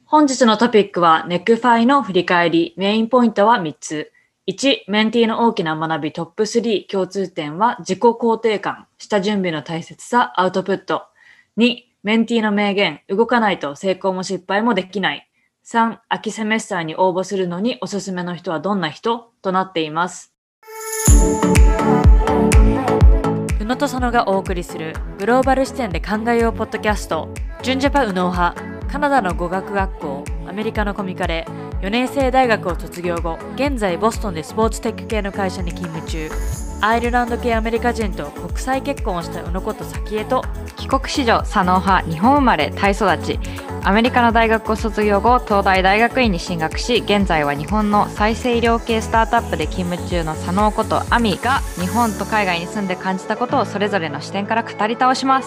本日のトピックはネックファイの振り返り。メインポイントは3つ。1、メンティーの大きな学びトップ3。共通点は自己肯定感、下準備の大切さ、アウトプット。2、メンティーの名言、動かないと成功も失敗もできない。3、秋セメスターに応募するのにおすすめの人はどんな人となっています。宇野と佐野がお送りするグローバル視点で考えようポッドキャスト。純ジャパ宇野派。カナダの語学学校、アメリカのコミカレ、4年生大学を卒業後、現在ボストンでスポーツテック系の会社に勤務中。アイルランド系アメリカ人と国際結婚をした宇野こと早紀江と、 帰国子女、佐野派、日本生まれ、タイ育ち。アメリカの大学を卒業後、東大大学院に進学し、現在は日本の再生医療系スタートアップで勤務中の佐野ことアミが、日本と海外に住んで感じたことをそれぞれの視点から語り倒します。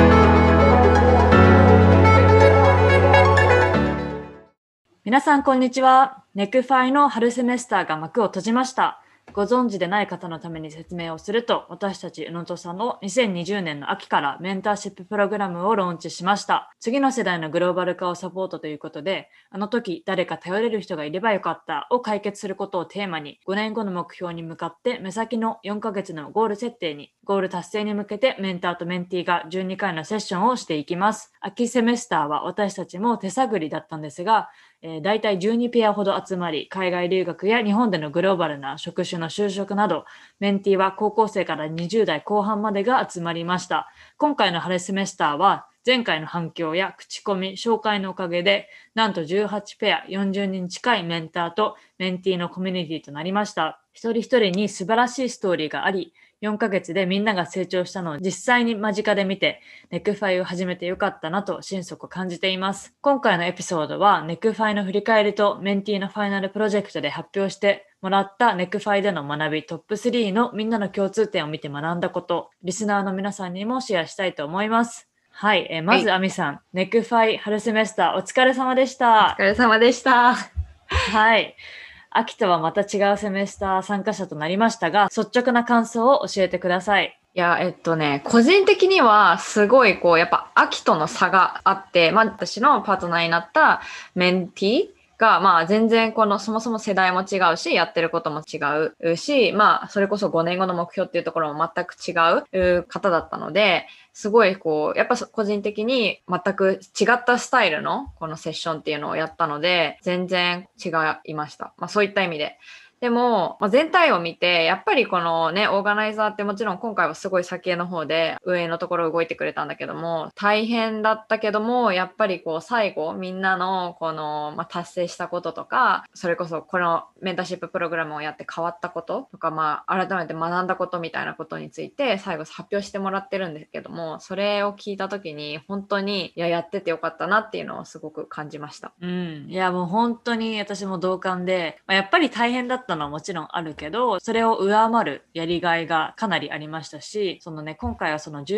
皆さんこんにちは。ネクファイの春セメスターが幕を閉じました。ご存知でない方のために説明をすると、私たち宇野とさんの2020年の秋からメンターシッププログラムをローンチしました。次の世代のグローバル化をサポートということで、あの時誰か頼れる人がいればよかったを解決することをテーマに、5年後の目標に向かって目先の4ヶ月のゴール設定に、ゴール達成に向けてメンターとメンティーが12回のセッションをしていきます。秋セメスターは私たちも手探りだったんですが、だいたい12ペアほど集まり、海外留学や日本でのグローバルな職種の就職など、メンティーは高校生から20代後半までが集まりました。今回の春セメスターは、前回の反響や口コミ、紹介のおかげで、なんと18ペア40人近いメンターとメンティーのコミュニティとなりました。一人一人に素晴らしいストーリーがあり、4ヶ月でみんなが成長したのを実際に間近で見て、ネクファイを始めてよかったなと心底感じています。今回のエピソードはネクファイの振り返りとメンティーのファイナルプロジェクトで発表してもらったネクファイでの学びトップ3のみんなの共通点を見て学んだこと、リスナーの皆さんにもシェアしたいと思います。はい、まずアミさん、ネクファイ春セメスターお疲れ様でした。 お疲れ様でした。 はい。秋とはまた違うセメスター参加者となりましたが、率直な感想を教えてください。 いや、個人的にはすごいやっぱ秋との差があって、私のパートナーになったメンティーが、全然そもそも世代も違うし、やってることも違うし、それこそ5年後の目標っていうところも全く違う方だったので、すごいやっぱ個人的に全く違ったスタイルのこのセッションっていうのをやったので、全然違いました。そういった意味で。でも、全体を見て、やっぱりこのね、オーガナイザーってもちろん今回はすごい先の方で上のところ動いてくれたんだけども、大変だったけども、やっぱり最後みんなの達成したこととか、それこそこのメンターシッププログラムをやって変わったこととか、改めて学んだことみたいなことについて最後発表してもらってるんですけども、それを聞いた時に本当にやっててよかったなっていうのをすごく感じました。 いやもう本当に私も同感で、やっぱり大変だったのはもちろんあるけど、それを上回るやりがいがかなりありましたし、今回はその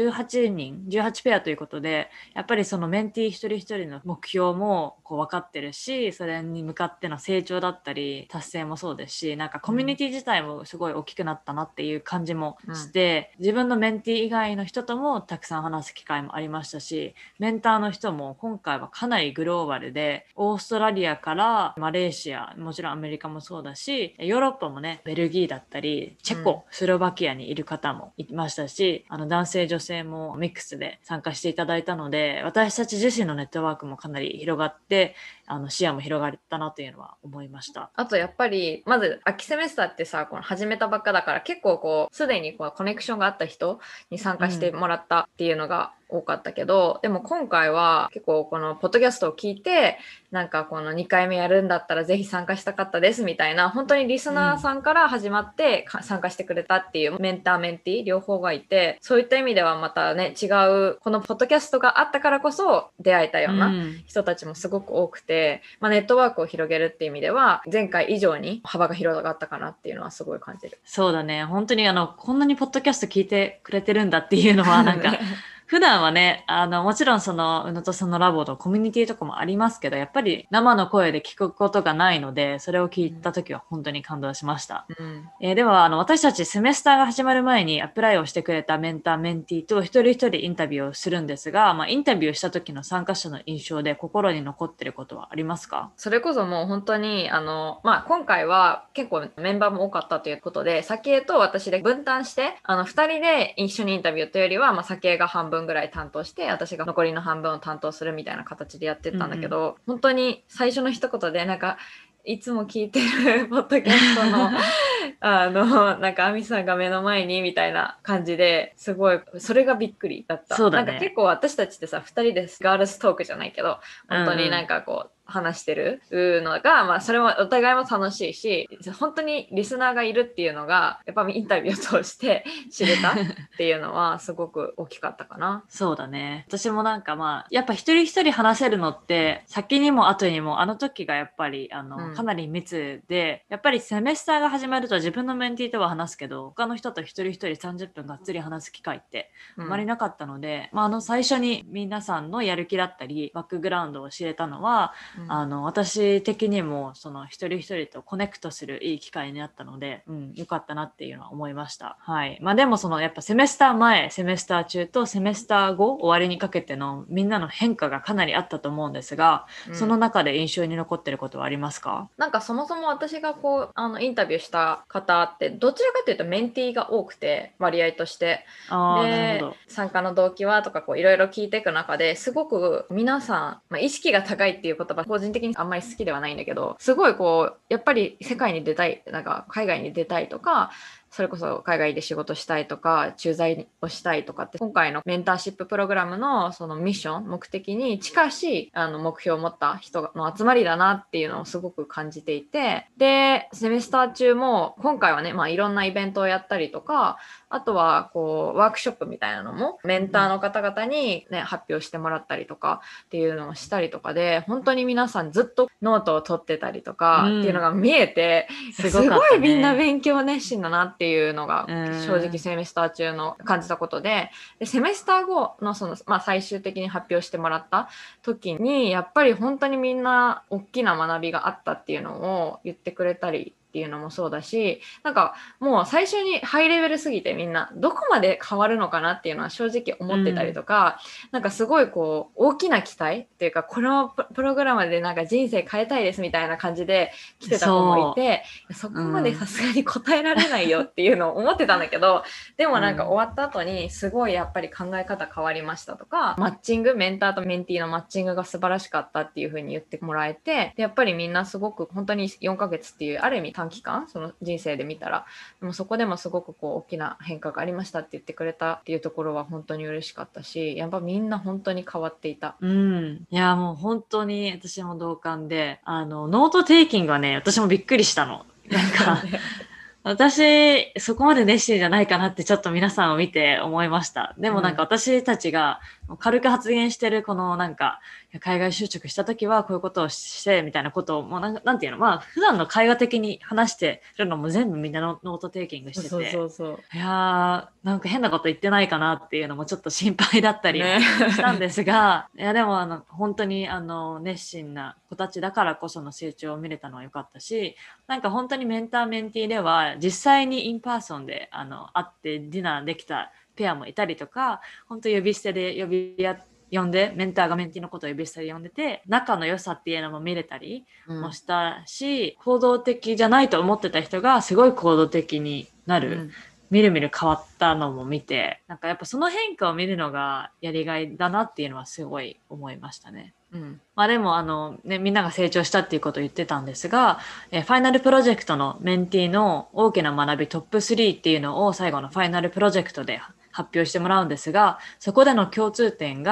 18ペアということで、やっぱりそのメンティー一人一人の目標も分かってるし、それに向かっての成長だったり達成もそうですし、なんかコミュニティ自体もすごい大きくなったなっていう感じもして、自分のメンティー以外の人ともたくさん話す機会もありましたし、メンターの人も今回はかなりグローバルで、オーストラリアからマレーシア、もちろんアメリカもそうだし、ヨーロッパもね、ベルギーだったりチェコ、スロバキアにいる方もいましたし、男性女性もミックスで参加していただいたので、私たち自身のネットワークもかなり広がって、視野も広がったなというのは思いました。 あとやっぱりまず秋セメスターってさ、始めたばっかだから結構すでにコネクションがあった人に参加してもらったっていうのが多かったけど、でも今回は結構このポッドキャストを聞いて、なんかこの2回目やるんだったらぜひ参加したかったですみたいな、本当にリスナーさんから始まって参加してくれたっていうメンターメンティー両方がいて、そういった意味ではまたね、違うこのポッドキャストがあったからこそ出会えたような人たちもすごく多くて、ネットワークを広げるっていう意味では前回以上に幅が広がったかなっていうのはすごい感じる。 そうだね、本当にこんなにポッドキャスト聞いてくれてるんだっていうのはなんか普段はね、もちろんその、宇野戸さんのラボのコミュニティとかもありますけど、やっぱり生の声で聞くことがないので、それを聞いたときは本当に感動しました。 うん。 では、私たちセメスターが始まる前にアプライをしてくれたメンター、メンティーと一人一人インタビューをするんですが、まあ、インタビューした時の参加者の印象で心に残っていることはありますか？ それこそもう本当に今回は結構メンバーも多かったということで、サキエと私で分担して2人で一緒にインタビューというよりは、サキエが半分ぐらい担当して私が残りの半分を担当するみたいな形でやってったんだけど、本当に最初の一言でなんかいつも聞いてるポッドキャストのなんかアミさんが目の前にみたいな感じですごい、それがびっくりだった。 そうだね。 なんか結構私たちってさ、2人でガールズトークじゃないけど、本当になんかこう、話してるのが、それもお互いも楽しいし、本当にリスナーがいるっていうのが、やっぱインタビューを通して知れたっていうのはすごく大きかったかな。 そうだね。私もなんかやっぱ一人一人話せるのって、先にも後にもあの時がやっぱり、かなり密で、やっぱりセメスターが始まると自分のメンティーとは話すけど、他の人と一人一人30分がっつり話す機会ってあまりなかったので、最初に皆さんのやる気だったり、バックグラウンドを知れたのは、私的にもその一人一人とコネクトするいい機会になったので、良かったなっていうのは思いました。はい。でもそのやっぱセメスター前、セメスター中とセメスター後終わりにかけてのみんなの変化がかなりあったと思うんですが、その中で印象に残ってることはありますか？ なんかそもそも私がこうインタビューした方ってどちらかというとメンティーが多くて、割合として。で、参加の動機はとかこういろいろ聞いていく中ですごく皆さん、意識が高いっていう言葉個人的にあんまり好きではないんだけど、すごいこうやっぱり世界に出たい、なんか海外に出たいとか、それこそ海外で仕事したいとか駐在をしたいとかって、今回のメンターシッププログラムのそのミッション目的に近しい目標を持った人の集まりだなっていうのをすごく感じていて、でセメスター中も今回はね、いろんなイベントをやったりとか、あとはこうワークショップみたいなのもメンターの方々に、ね、発表してもらったりとかっていうのをしたりとかで、本当に皆さんずっとノートを取ってたりとかっていうのが見えて、すごいみんな勉強熱心だなっていうのが正直セメスター中の感じたことで、セメスター後のその、最終的に発表してもらった時にやっぱり本当にみんな大きな学びがあったっていうのを言ってくれたりっていうのもそうだし、なんかもう最初にハイレベルすぎてみんなどこまで変わるのかなっていうのは正直思ってたりとか、なんかすごいこう大きな期待っていうか、このプログラムでなんか人生変えたいですみたいな感じで来てた子もいて、そこまでさすがに答えられないよっていうのを思ってたんだけど、でもなんか終わった後にすごいやっぱり考え方変わりましたとか、マッチング、メンターとメンティーのマッチングが素晴らしかったっていう風に言ってもらえて、でやっぱりみんなすごく本当に4ヶ月っていうある意味短期間、その人生で見たら、でもそこでもすごくこう大きな変化がありましたって言ってくれたっていうところは本当に嬉しかったし、やっぱみんな本当に変わっていた。 いやもう本当に私も同感で、ノートテイキングはね、私もびっくりしたの。なんか私、そこまで熱心じゃないかなってちょっと皆さんを見て思いました。でもなんか私たちが軽く発言してるこのなんか、海外就職した時はこういうことをしてみたいなことをもうなんていうの、普段の会話的に話してるのも全部みんなのノートテイキングしてて。いやー、なんか変なこと言ってないかなっていうのもちょっと心配だったりしたんですが、いやでも本当に熱心な子たちだからこその成長を見れたのは良かったし、なんか本当にメンターメンティーでは実際にインパーソンで会ってディナーできたペアもいたりとか、本当呼び捨てで呼んで、メンターがメンティーのことを呼び捨てで呼んでて、仲の良さっていうのも見れたりもしたし、行動的じゃないと思ってた人がすごい行動的になる。みるみる変わったのも見て、なんかやっぱその変化を見るのがやりがいだなっていうのはすごい思いましたね。でもみんなが成長したっていうことを言ってたんですが、ファイナルプロジェクトのメンティーの大きな学びトップ3っていうのを最後のファイナルプロジェクトで発表してもらうんですが、そこでの共通点が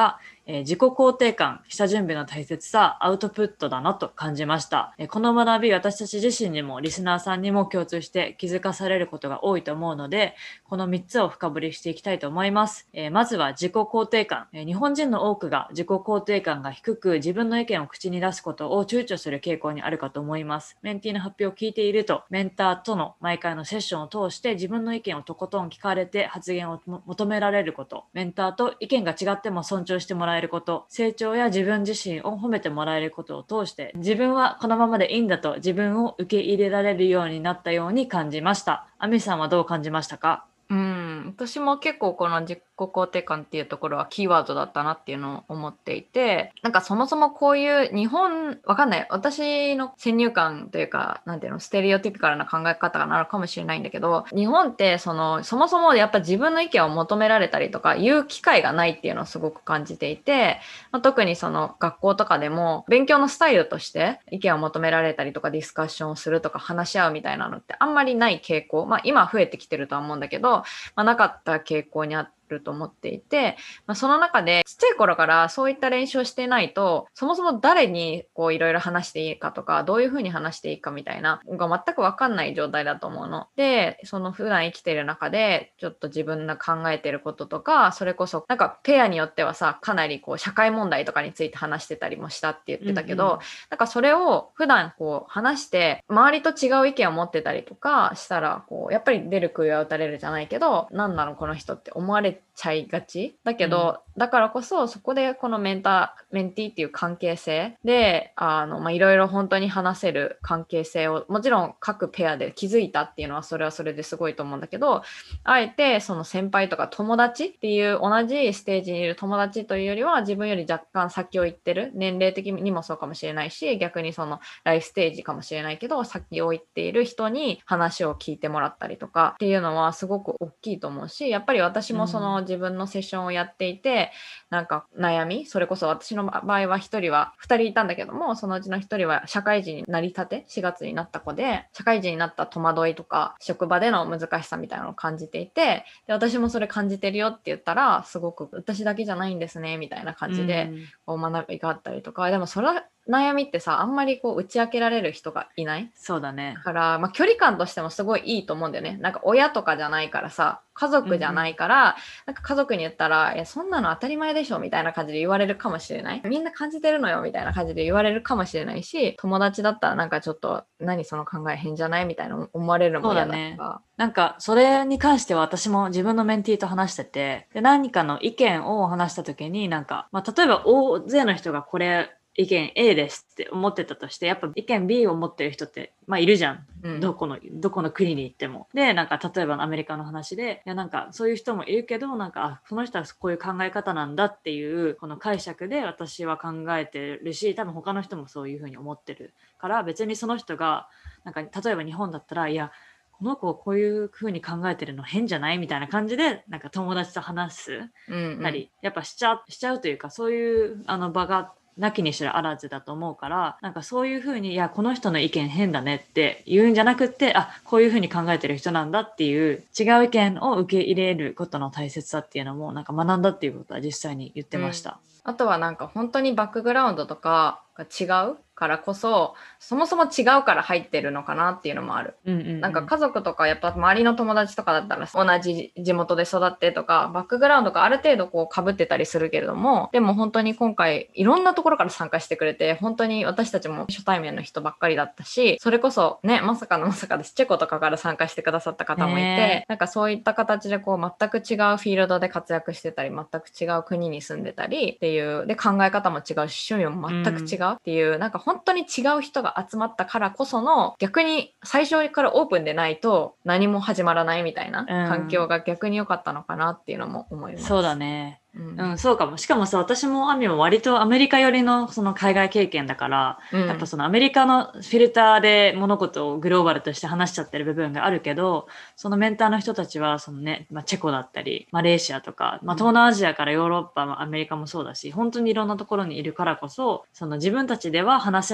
自己肯定感、下準備の大切さ、アウトプットだなと感じました。この学び、私たち自身にもリスナーさんにも共通して気づかされることが多いと思うので、この3つを深掘りしていきたいと思います。まずは自己肯定感。日本人の多くが自己肯定感が低く、自分の意見を口に出すことを躊躇する傾向にあるかと思います。メンティーの発表を聞いていると、メンターとの毎回のセッションを通して自分の意見をとことん聞かれて発言を求められること、メンターと意見が違っても尊重してもらえること、成長や自分自身を褒めてもらえることを通して、自分はこのままでいいんだと自分を受け入れられるようになったように感じました。アミさんはどう感じましたか？ 私も結構この自己肯定感っていうところはキーワードだったなっていうのを思っていて、なんかそもそもこういう日本、わかんない。私の先入観というか、なんていうの、ステレオティピカルな考え方がなるかもしれないんだけど、日本ってそもそもやっぱ自分の意見を求められたりとか言う機会がないっていうのをすごく感じていて、特にその学校とかでも勉強のスタイルとして意見を求められたりとかディスカッションをするとか話し合うみたいなのってあんまりない傾向。今は増えてきてるとは思うんだけど、なかった傾向にあると思っていて、その中でちっちゃい頃からそういった練習をしていないと、そもそも誰にこういろいろ話していいかとか、どういうふうに話していいかみたいなのが全く分かんない状態だと思うの。で、その普段生きている中で、ちょっと自分が考えていることとか、それこそなんかペアによってはさ、かなりこう社会問題とかについて話してたりもしたって言ってたけど、なんかそれを普段こう話して、周りと違う意見を持ってたりとかしたら、こうやっぱり出る杭は打たれるじゃないけど、何なのこの人って思われちゃいがちだけど、だからこそそこでこのメンティーっていう関係性でいろいろ本当に話せる関係性をもちろん各ペアで築いたっていうのはそれはそれですごいと思うんだけど、あえてその先輩とか友達っていう同じステージにいる友達というよりは自分より若干先を行ってる、年齢的にもそうかもしれないし、逆にそのライフステージかもしれないけど先を行っている人に話を聞いてもらったりとかっていうのはすごく大きいと思うし、やっぱり私もその自分のセッションをやっていて、なんか悩み、それこそ私の場合は2人いたんだけども、そのうちの1人は社会人になりたて4月になった子で、社会人になった戸惑いとか職場での難しさみたいなのを感じていて、で私もそれ感じてるよって言ったら、すごく私だけじゃないんですねみたいな感じでこう学びがあったりとか、でもそれは悩みってさ、あんまりこう打ち明けられる人がいない。 そうだね。 だから、距離感としてもすごいいいと思うんだよね。なんか親とかじゃないからさ、家族じゃないから、なんか家族に言ったら、いや、そんなの当たり前でしょみたいな感じで言われるかもしれない。みんな感じてるのよみたいな感じで言われるかもしれないし、友達だったらなんかちょっと、何その考え変じゃないみたいな思われるのも嫌だとか。 ね、なんかそれに関しては私も自分のメンティーと話してて、で何かの意見を話した時になんか、例えば大勢の人がこれ意見 A ですって思ってたとして、やっぱ意見 B を持ってる人っているじゃん、どこの国に行っても。でなんか例えばアメリカの話で、いやなんかそういう人もいるけど、なんかその人はこういう考え方なんだっていうこの解釈で私は考えてるし、多分他の人もそういうふうに思ってるから、別にその人がなんか例えば日本だったら、いやこの子こういう風に考えてるの変じゃないみたいな感じでなんか友達と話すたり、やっぱしちゃうというか、そういう場がなきにしろあらずだと思うから、なんかそういう風に、いやこの人の意見変だねって言うんじゃなくって、あ、こういう風に考えてる人なんだっていう違う意見を受け入れることの大切さっていうのもなんか学んだっていうことは実際に言ってました。 あとはなんか本当にバックグラウンドとかが違うからこそ、そもそも違うから入ってるのかなっていうのもある。なんか家族とかやっぱ周りの友達とかだったら同じ地元で育ってとかバックグラウンドがある程度こう被ってたりするけれども、でも本当に今回いろんなところから参加してくれて、本当に私たちも初対面の人ばっかりだったし、それこそね、まさかのまさかでチェコとかから参加してくださった方もいて、なんかそういった形でこう全く違うフィールドで活躍してたり、全く違う国に住んでたりっていうで、考え方も違うし趣味も全く違うっていう、なんか本当に違う人が集まったからこその、逆に最初からオープンでないと何も始まらないみたいな環境が逆に良かったのかなっていうのも思います。 そうだね。そうかも。しかもさ、私もアミも割とアメリカ寄りのその海外経験だから、やっぱそのアメリカのフィルターで物事をグローバルとして話しちゃってる部分があるけど、そのメンターの人たちはそのね、チェコだったり、マレーシアとか、東南アジアからヨーロッパもアメリカもそうだし、本当にいろんなところにいるからこそ、その自分たちでは話せない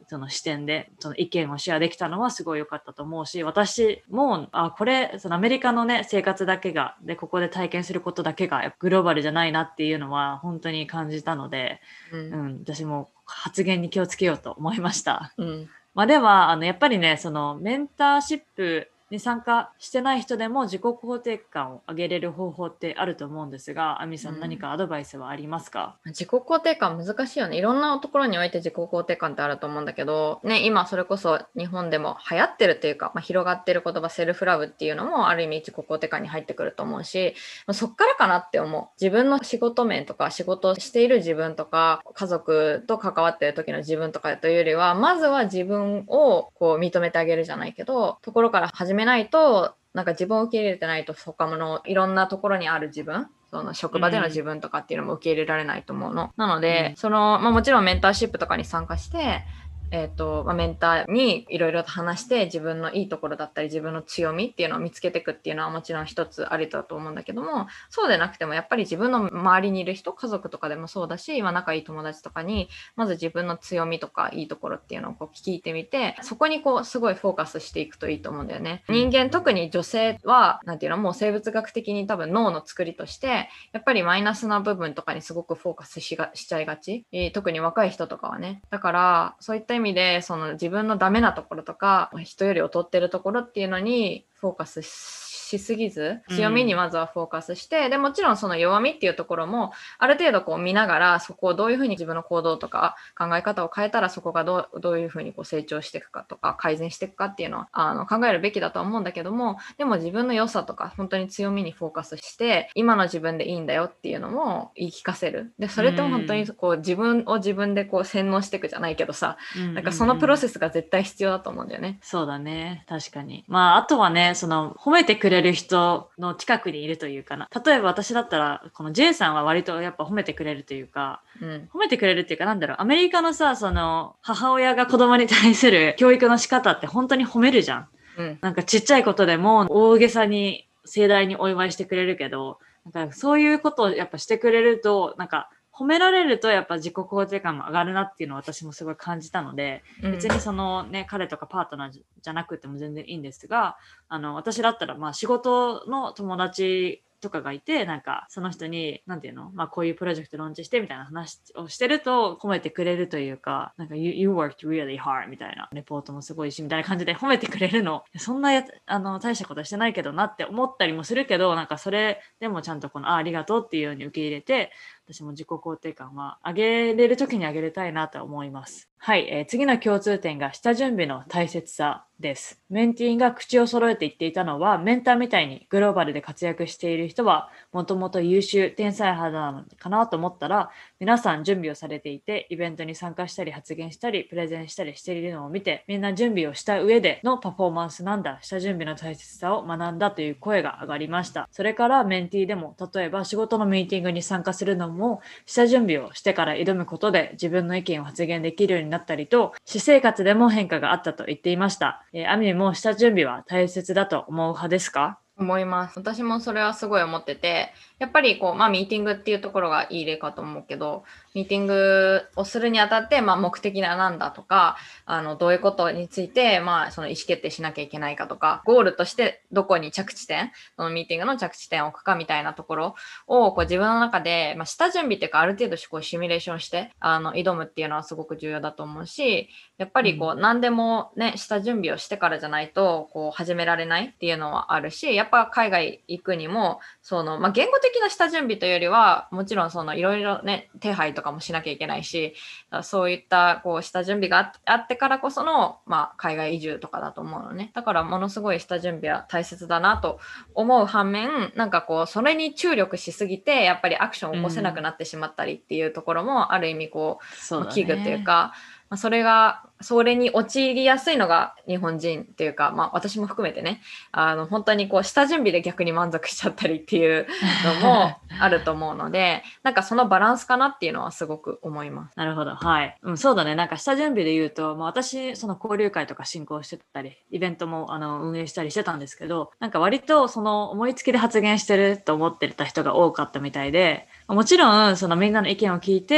その視点でその意見をシェアできたのはすごい良かったと思うし、私もこれそのアメリカのね生活だけがでここで体験することだけがグローバルじゃないなっていうのは本当に感じたので、私も発言に気をつけようと思いました。ではやっぱりねそのメンターシップに参加してない人でも自己肯定感を上げれる方法ってあると思うんですが、アミさん何かアドバイスはありますか？ 自己肯定感難しいよね。いろんなところにおいて自己肯定感ってあると思うんだけど、ね、今それこそ日本でも流行ってるというか、広がってる言葉セルフラブっていうのもある意味自己肯定感に入ってくると思うし、そっからかなって思う。自分の仕事面とか仕事をしている自分とか家族と関わってる時の自分とかというよりは、まずは自分をこう認めてあげるじゃないけど、ところから始めないと、なんか自分を受け入れてないと他のいろんなところにある自分、その職場での自分とかっていうのも受け入れられないと思うの。なので、もちろんメンターシップとかに参加して、メンターにいろいろと話して自分のいいところだったり自分の強みっていうのを見つけていくっていうのはもちろん一つありだと思うんだけども、そうでなくてもやっぱり自分の周りにいる人、家族とかでもそうだし、仲いい友達とかにまず自分の強みとかいいところっていうのをこう聞いてみて、そこにこうすごいフォーカスしていくといいと思うんだよね。人間、特に女性はなんていうの、もう生物学的に多分脳の作りとしてやっぱりマイナスな部分とかにすごくフォーカスしちゃいがち、特に若い人とかはね。だからそういった意味でその自分のダメなところとか人より劣ってるところっていうのにフォーカスしすぎず、強みにまずはフォーカスして、でもちろんその弱みっていうところもある程度こう見ながら、そこをどういうふうに自分の行動とか考え方を変えたらそこがどういうふうにこう成長していくかとか改善していくかっていうのは考えるべきだとは思うんだけども、でも自分の良さとか本当に強みにフォーカスして今の自分でいいんだよっていうのも言い聞かせる。でそれって本当にこう自分を自分でこう洗脳していくじゃないけどさ、なんかそのプロセスが絶対必要だと思うんだよね。 そうだね、確かに。あとはね、その褒めてくれる人の近くにいるというかな。例えば私だったらこの J さんは割とやっぱ褒めてくれるというか、褒めてくれるっていうか、なんだろう、アメリカのさ、その母親が子供に対する教育の仕方って本当に褒めるじゃん。なんかちっちゃいことでも大げさに盛大にお祝いしてくれるけど、なんかそういうことをやっぱしてくれると、なんか褒められるとやっぱ自己肯定感も上がるなっていうのを私もすごい感じたので、別にそのね、彼とかパートナーじゃなくても全然いいんですが、私だったら仕事の友達とかがいて、なんかその人になんていうの、こういうプロジェクトローンチしてみたいな話をしてると褒めてくれるというか、なんか you worked really hard みたいな、レポートもすごいしみたいな感じで褒めてくれるの、そんな大したことしてないけどなって思ったりもするけど、なんかそれでもちゃんとありがとうっていうように受け入れて、私も自己肯定感は上げれる時に上げれたいなと思います。はい、次の共通点が下準備の大切さです。メンティーが口を揃えて言っていたのは、メンターみたいにグローバルで活躍している人はもともと優秀、天才肌なのかなと思ったら、皆さん準備をされていて、イベントに参加したり発言したりプレゼンしたりしているのを見て、みんな準備をした上でのパフォーマンスなんだ、下準備の大切さを学んだという声が上がりました。それからメンティーでも、例えば仕事のミーティングに参加するのも下準備をしてから挑むことで自分の意見を発言できるようになったりと、私生活でも変化があったと言っていました。アミも下準備は大切だと思う派ですか？ 思います。私もそれはすごい思ってて、やっぱりこう、ミーティングっていうところがいい例かと思うけど、ミーティングをするにあたって、目的が何だとか、どういうことについて、その意思決定しなきゃいけないかとか、ゴールとしてどこに着地点、そのミーティングの着地点を置くかみたいなところを、こう自分の中で、下準備っていうか、ある程度こうシミュレーションして、挑むっていうのはすごく重要だと思うし、やっぱりこう、何でもね、下準備をしてからじゃないと、こう、始められないっていうのはあるし、やっぱ海外行くにも、その、言語的な下準備というよりは、もちろんその、いろいろね、手配とかもしなきゃいけないし、そういった、こう、下準備があってからこその、海外移住とかだと思うのね。だから、ものすごい下準備は大切だなと思う反面、なんかこう、それに注力しすぎて、やっぱりアクションを起こせなくなってしまったりっていうところも、ある意味こう、危惧というか、それに陥りやすいのが日本人っていうか、私も含めてね、本当にこう、下準備で逆に満足しちゃったりっていうのもあると思うので、なんかそのバランスかなっていうのはすごく思います。 なるほど。はい。そうだね。なんか下準備で言うと、私、その交流会とか進行してたり、イベントも運営したりしてたんですけど、なんか割とその思いつきで発言してると思ってた人が多かったみたいで、もちろんそのみんなの意見を聞いて、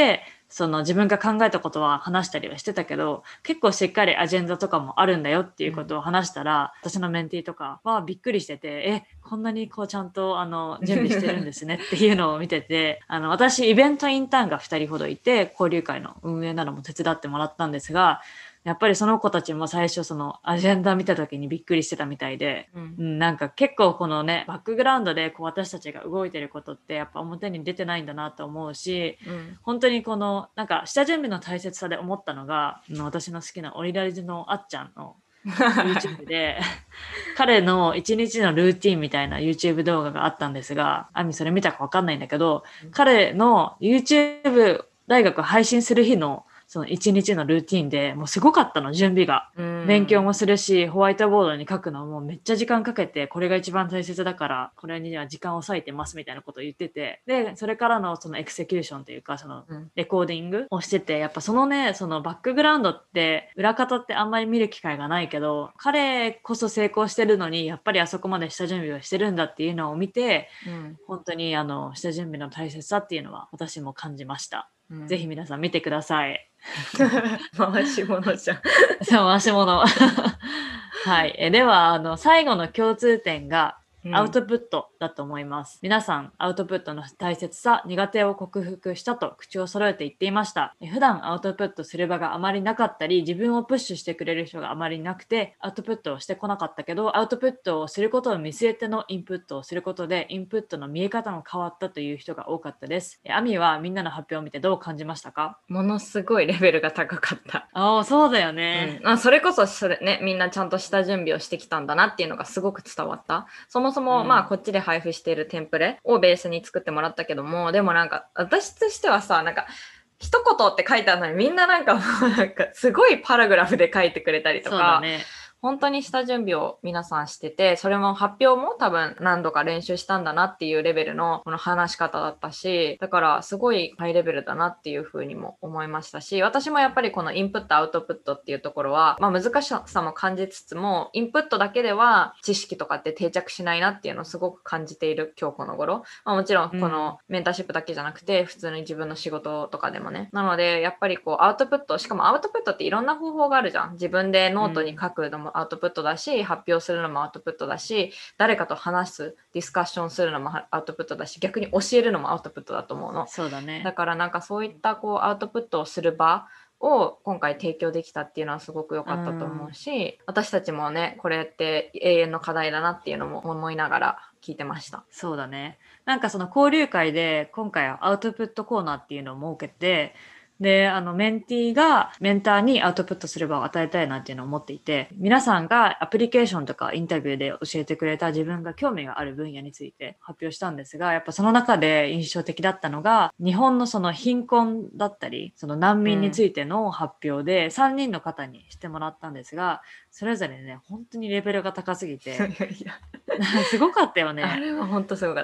その自分が考えたことは話したりはしてたけど、結構しっかりアジェンダとかもあるんだよっていうことを話したら、私のメンティーとかはびっくりしてて、こんなにこうちゃんと準備してるんですねっていうのを見てて、私イベントインターンが2人ほどいて、交流会の運営なども手伝ってもらったんですが、やっぱりその子たちも最初そのアジェンダ見た時にびっくりしてたみたいで、なんか結構このねバックグラウンドでこう私たちが動いてることってやっぱ表に出てないんだなと思うし、本当にこのなんか下準備の大切さで思ったのが、私の好きなオリラジのあっちゃんのYouTube で彼の1日のルーティンみたいな YouTube 動画があったんですが、アミそれ見たか分かんないんだけど、彼の YouTube 大学配信する日のその1日のルーティンでもうすごかったの、準備が。勉強もするし、ホワイトボードに書くのもめっちゃ時間かけて、これが一番大切だからこれには時間を割いてますみたいなことを言ってて、でそれからのそのエクセキューションというかそのレコーディングをしてて、やっぱそのねそのバックグラウンドって裏方ってあんまり見る機会がないけど、彼こそ成功してるのにやっぱりあそこまで下準備をしてるんだっていうのを見て、本当に下準備の大切さっていうのは私も感じました。ぜひ皆さん見てください。 回し物じゃん。 そう、回し物。はい。では、最後の共通点が、アウトプットだと思います。皆さん、アウトプットの大切さ、苦手を克服したと口を揃えて言っていました。普段アウトプットする場があまりなかったり、自分をプッシュしてくれる人があまりなくて、アウトプットをしてこなかったけど、アウトプットをすることを見据えてのインプットをすることで、インプットの見え方も変わったという人が多かったです。アミはみんなの発表を見てどう感じましたか？ ものすごいレベルが高かった。 ああ、そうだよね。 それこそそれね、みんなちゃんと下準備をしてきたんだなっていうのがすごく伝わった。そもそも、こっちで配布しているテンプレをベースに作ってもらったけども、でもなんか私としてはさ、なんか一言って書いてあるのにみんななんかもうなんかすごいパラグラフで書いてくれたりとか、本当に下準備を皆さんしてて、それも発表も多分何度か練習したんだなっていうレベルのこの話し方だったし、だからすごいハイレベルだなっていうふうにも思いましたし、私もやっぱりこのインプットアウトプットっていうところは、難しさも感じつつも、インプットだけでは知識とかって定着しないなっていうのをすごく感じている今日この頃。もちろんこのメンターシップだけじゃなくて、普通に自分の仕事とかでもね。なのでやっぱりこうアウトプット、しかもアウトプットっていろんな方法があるじゃん。自分でノートに書くのもアウトプットだし、発表するのもアウトプットだし、誰かと話すディスカッションするのもアウトプットだし、逆に教えるのもアウトプットだと思うの。 そうだね。 だからなんかそういったこうアウトプットをする場を今回提供できたっていうのはすごく良かったと思うし、私たちもねこれって永遠の課題だなっていうのも思いながら聞いてました。 そうだね。なんかその交流会で今回はアウトプットコーナーっていうのを設けて、でメンティーがメンターにアウトプットする場を与えたいなっていうのを思っていて、皆さんがアプリケーションとかインタビューで教えてくれた自分が興味がある分野について発表したんですが、やっぱその中で印象的だったのが日本のその貧困だったりその難民についての発表で3人の方にしてもらったんですが、それぞれね本当にレベルが高すぎてすごかったよね。 あれは本当すごかった。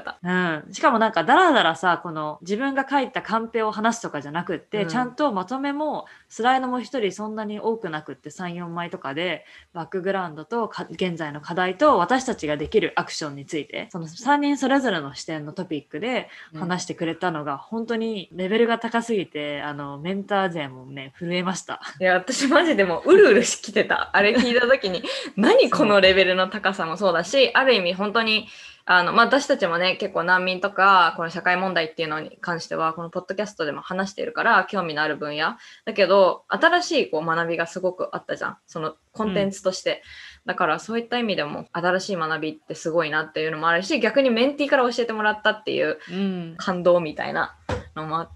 しかもなんかだらだらさ、この自分が書いたカンペを話すとかじゃなくって、ちゃんとまとめもスライドも一人そんなに多くなくって3、4枚とかでバックグラウンドと現在の課題と私たちができるアクションについて、その3人それぞれの視点のトピックで話してくれたのが本当にレベルが高すぎて、メンター勢もね震えました。 いや私マジでもううるうるしきてた。あれ聞いた時に何このレベルの高さもそうだし、ある意味本当に私たちもね結構難民とかこの社会問題っていうのに関してはこのポッドキャストでも話しているから興味のある分野だけど、新しいこう学びがすごくあったじゃん、そのコンテンツとして、だからそういった意味でも新しい学びってすごいなっていうのもあるし、逆にメンティーから教えてもらったっていう感動みたいなのもあって、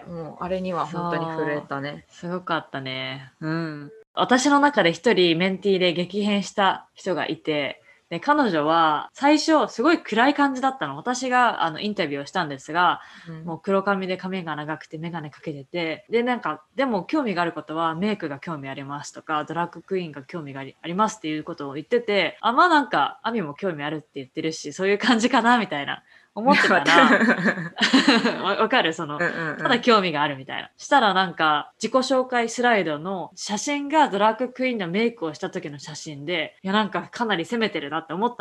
もうあれには本当に震えたね。 すごかったね。私の中で一人メンティーで激変した人がいて、で彼女は最初すごい暗い感じだったの。私がインタビューをしたんですが、もう黒髪で髪が長くて眼鏡かけてて、でなんかでも興味があることはメイクが興味ありますとかドラッグクイーンが興味がありますっていうことを言ってて、なんかアミも興味あるって言ってるしそういう感じかなみたいな思ってたらわかる、その、ただ興味があるみたいな。したらなんか自己紹介スライドの写真がドラッグクイーンのメイクをした時の写真で、いやなんかかなり攻めてるなって思ったの。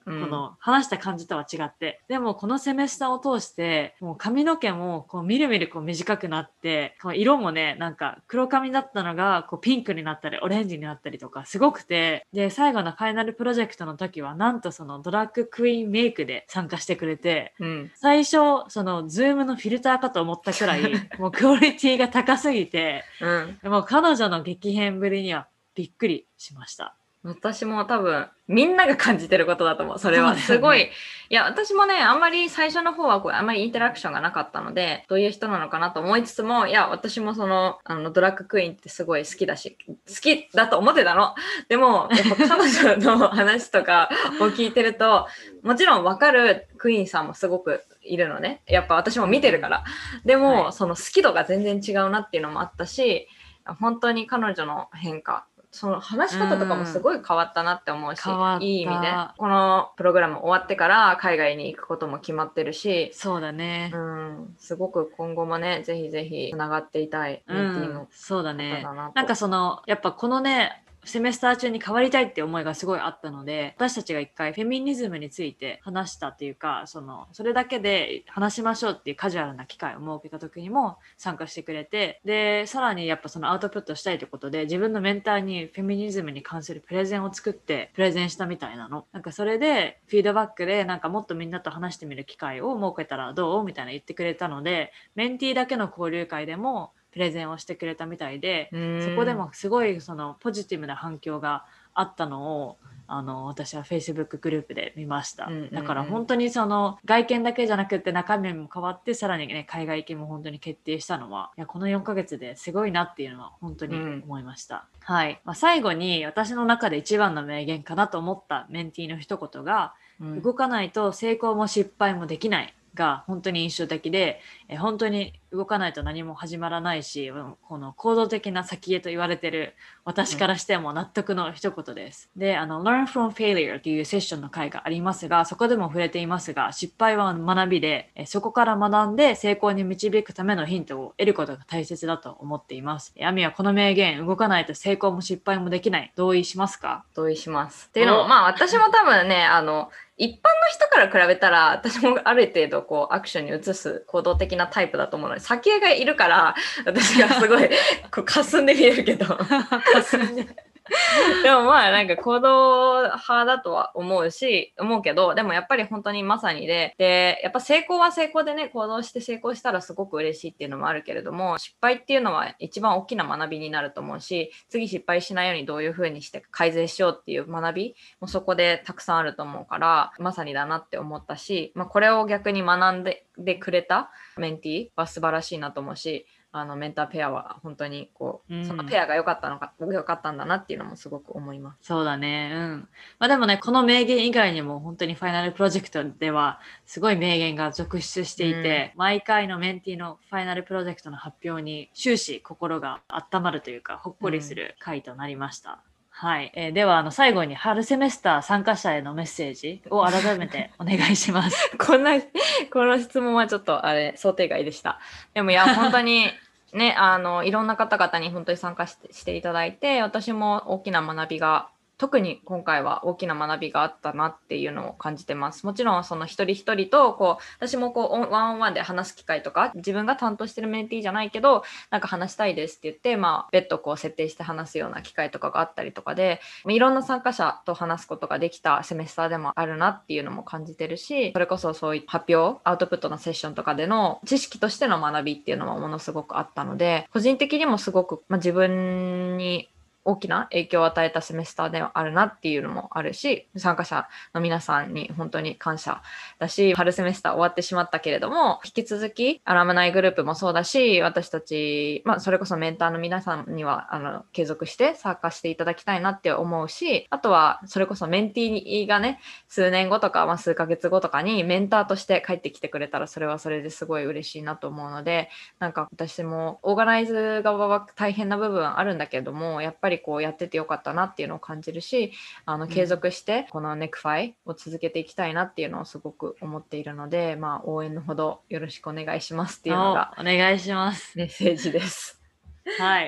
この話した感じとは違って、でもこのセメスターを通してもう髪の毛もこうみるみるこう短くなって、こう色もねなんか黒髪だったのがこうピンクになったりオレンジになったりとかすごくて、で最後のファイナルプロジェクトの時はなんとそのドラッグクイーンメイクで参加してくれて、最初そのズームのフィルターかと思ったくらいもうクオリティが高すぎて、もう彼女の激変ぶりにはびっくりしました。 私も多分みんなが感じてることだと思う。それはすごい、いや私もねあんまり最初の方はこうあんまりインタラクションがなかったのでどういう人なのかなと思いつつも、いや私もそのドラッグクイーンってすごい好きだし好きだと思ってたの。でもやっぱ彼女の話とかを聞いてるともちろん分かるクイーンさんもすごくいるのね。やっぱ私も見てるから。でも、その好き度が全然違うなっていうのもあったし、本当に彼女の変化その話し方とかもすごい変わったなって思うし、いい意味でこのプログラム終わってから海外に行くことも決まってるし、 そうだね、 すごく今後もねぜひぜひつながっていたいメンティーの方だなと、 そうだね、なんかそのやっぱこのねセメスター中に変わりたいって思いがすごいあったので、私たちが一回フェミニズムについて話したっていうか、それだけで話しましょうっていうカジュアルな機会を設けた時にも参加してくれて、でさらにやっぱそのアウトプットしたいということで自分のメンターにフェミニズムに関するプレゼンを作ってプレゼンしたみたいなの。なんかそれでフィードバックでなんかもっとみんなと話してみる機会を設けたらどうみたいな言ってくれたので、メンティーだけの交流会でもプレゼンをしてくれたみたいで、そこでもすごいそのポジティブな反響があったのを私は Facebook グループで見ました。だから本当にその外見だけじゃなくて中身も変わって、さらにね海外行きも本当に決定したのは、いやこの4ヶ月ですごいなっていうのは本当に思いました。はい、最後に私の中で一番の名言かなと思ったメンティーの一言が、動かないと成功も失敗もできないが本当に印象的で、本当に動かないと何も始まらないし、この行動的な先へと言われてる私からしても納得の一言です。で、Learn from Failure というセッションの回がありますが、そこでも触れていますが、失敗は学びで、そこから学んで成功に導くためのヒントを得ることが大切だと思っています。アミはこの名言、動かないと成功も失敗もできない、同意しますか？ 同意します。っていうのも、私も多分ね、一般の人から比べたら、私もある程度こうアクションに移す行動的なタイプだと思うので、先がいるから、私がすごいこう霞んで見えるけど。霞んででもなんか行動派だとは思うけど、でもやっぱり本当にまさにで、やっぱ成功は成功でね、行動して成功したらすごく嬉しいっていうのもあるけれども、失敗っていうのは一番大きな学びになると思うし、次失敗しないようにどういう風にして改善しようっていう学びもそこでたくさんあると思うから、まさにだなって思ったし、これを逆に学んでくれたメンティーは素晴らしいなと思うし、メンターペアは本当にこう、そのペアが良かったんだなっていうのもすごく思います。 そうだね。でもね、この名言以外にも本当にファイナルプロジェクトではすごい名言が続出していて、毎回のメンティのファイナルプロジェクトの発表に終始心が温まるというか、ほっこりする回となりました。はい、では最後に春セメスター参加者へのメッセージを改めてお願いします。 この質問はちょっと想定外でした。でもいや本当にねいろんな方々に本当に参加していただいて、私も大きな学びが特に今回は大きな学びがあったなっていうのを感じてます。もちろんその一人一人とこう私もこうワンオンワンで話す機会とか、自分が担当してるメンティーじゃないけどなんか話したいですって言って別途こう設定して話すような機会とかがあったりとかで、いろんな参加者と話すことができたセメスターでもあるなっていうのも感じてるし、それこそそういう発表アウトプットのセッションとかでの知識としての学びっていうのもものすごくあったので、個人的にもすごく、自分に大きな影響を与えたセメスターではあるなっていうのもあるし、参加者の皆さんに本当に感謝だし、春セメスター終わってしまったけれども、引き続きアラムナイグループもそうだし、私たち、それこそメンターの皆さんには継続して参加していただきたいなって思うし、あとはそれこそメンティーがね、数年後とか、数ヶ月後とかにメンターとして帰ってきてくれたら、それはそれですごい嬉しいなと思うので、なんか私もオーガナイズ側は大変な部分あるんだけども、やっぱりこうやっててよかったなっていうのを感じるし、継続してこのネクファイを続けていきたいなっていうのをすごく思っているので、応援のほどよろしくお願いしますっていうのがお願いします。 メッセージです。 はい。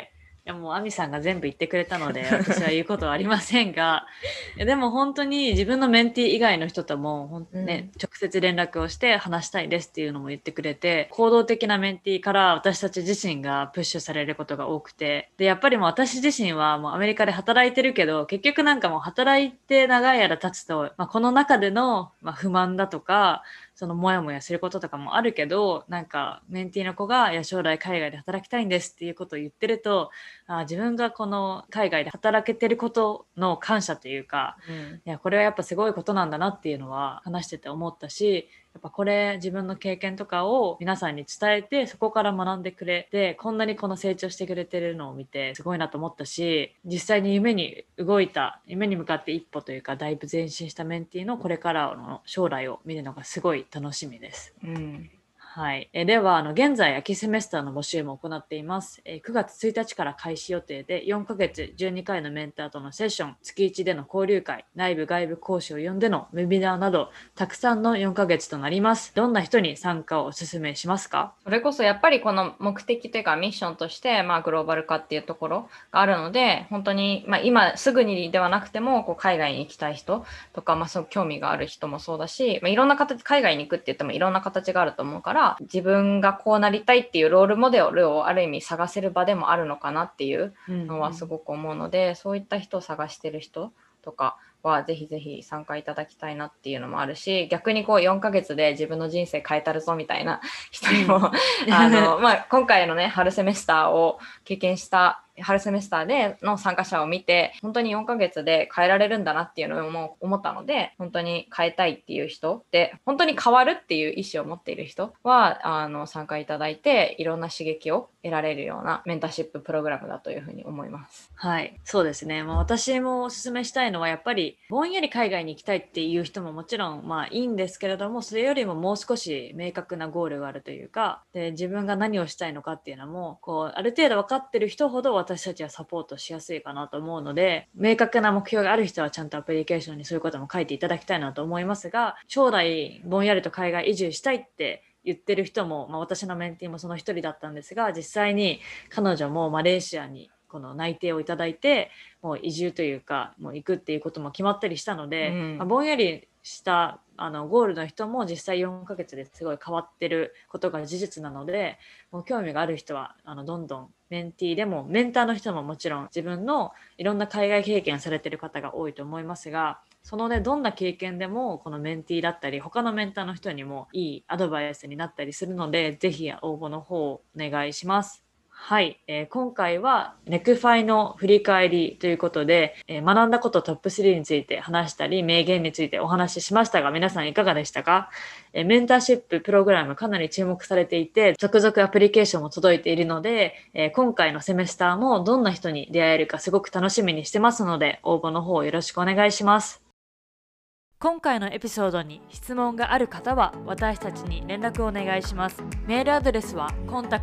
やもうアミさんが全部言ってくれたので私は言うことはありませんがいやでも本当に自分のメンティー以外の人ともね、直接連絡をして話したいですっていうのも言ってくれて、行動的なメンティーから私たち自身がプッシュされることが多くて、でやっぱりもう私自身はもうアメリカで働いてるけど、結局なんかもう働いて長い間経つと、この中での、不満だとかそのモヤモヤすることとかもあるけど、なんかメンティーの子がいや将来海外で働きたいんですっていうことを言ってると、自分がこの海外で働けてることの感謝というか、いやこれはやっぱすごいことなんだなっていうのは話してて思ったし、やっぱこれ自分の経験とかを皆さんに伝えて、そこから学んでくれて、こんなにこの成長してくれてるのを見てすごいなと思ったし、実際に夢に向かって一歩というかだいぶ前進したメンティーのこれからの将来を見るのがすごい楽しみです。はい、では現在秋セメスターの募集も行っています。9月1日から開始予定で、4ヶ月12回のメンターとのセッション、月1での交流会、内部外部講師を呼んでのウェビナーなど、たくさんの4ヶ月となります。どんな人に参加をお勧めしますか？ それこそやっぱりこの目的というかミッションとして、グローバル化っていうところがあるので、本当に、今すぐにではなくてもこう海外に行きたい人とか、そう興味がある人もそうだし、いろんな形、海外に行くって言ってもいろんな形があると思うから、自分がこうなりたいっていうロールモデルをある意味探せる場でもあるのかなっていうのはすごく思うので、そういった人を探してる人とかはぜひぜひ参加いただきたいなっていうのもあるし、逆にこう4ヶ月で自分の人生変えたるぞみたいな人にも、今回のね春セメスターを経験した春セメスターでの参加者を見て、本当に4ヶ月で変えられるんだなっていうのも思ったので、本当に変えたいっていう人で、本当に変わるっていう意思を持っている人は参加いただいて、いろんな刺激を得られるようなメンターシッププログラムだというふうに思います。 はい、そうですね。私もお勧めしたいのはやっぱりぼんやり海外に行きたいっていう人ももちろんいいんですけれども、それよりももう少し明確なゴールがあるというか、で自分が何をしたいのかっていうのもこうある程度分かってる人ほど私たちはサポートしやすいかなと思うので、明確な目標がある人はちゃんとアプリケーションにそういうことも書いていただきたいなと思いますが、将来ぼんやりと海外移住したいって言ってる人も、私のメンティーもその一人だったんですが、実際に彼女もマレーシアにこの内定をいただいて、もう移住というかもう行くっていうことも決まったりしたので、ぼんやりしたゴールの人も実際4ヶ月ですごい変わってることが事実なので、もう興味がある人はどんどんメンティーでもメンターの人ももちろん自分のいろんな海外経験されてる方が多いと思いますが、そのねどんな経験でもこのメンティーだったり他のメンターの人にもいいアドバイスになったりするので、ぜひ応募の方をお願いします。はい、今回はネクファイの振り返りということで、学んだことトップ3について話したり名言についてお話ししましたが、皆さんいかがでしたか？メンターシッププログラムかなり注目されていて、続々アプリケーションも届いているので、今回のセメスターもどんな人に出会えるかすごく楽しみにしてますので、応募の方よろしくお願いします。今回のエピソードに質問がある方は私たちに連絡をお願いします。メールアドレスは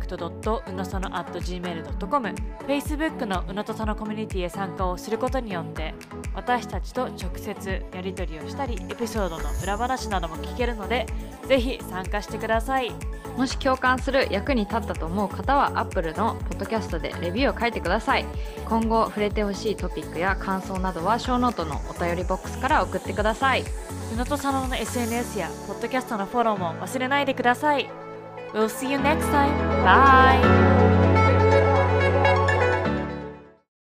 contact.unosano@gmail.com、 Facebook のうのとさのコミュニティへ参加をすることによって私たちと直接やり取りをしたり、エピソードの裏話なども聞けるので、ぜひ参加してください。 もし共感する、役に立ったと思う方は Apple のポッドキャストでレビューを書いてください。今後触れてほしいトピックや感想などはショーノートのお便りボックスから送ってください。 うのとさのの SNS やポッドキャストのフォローも忘れないでください。We'll see you next time. Bye!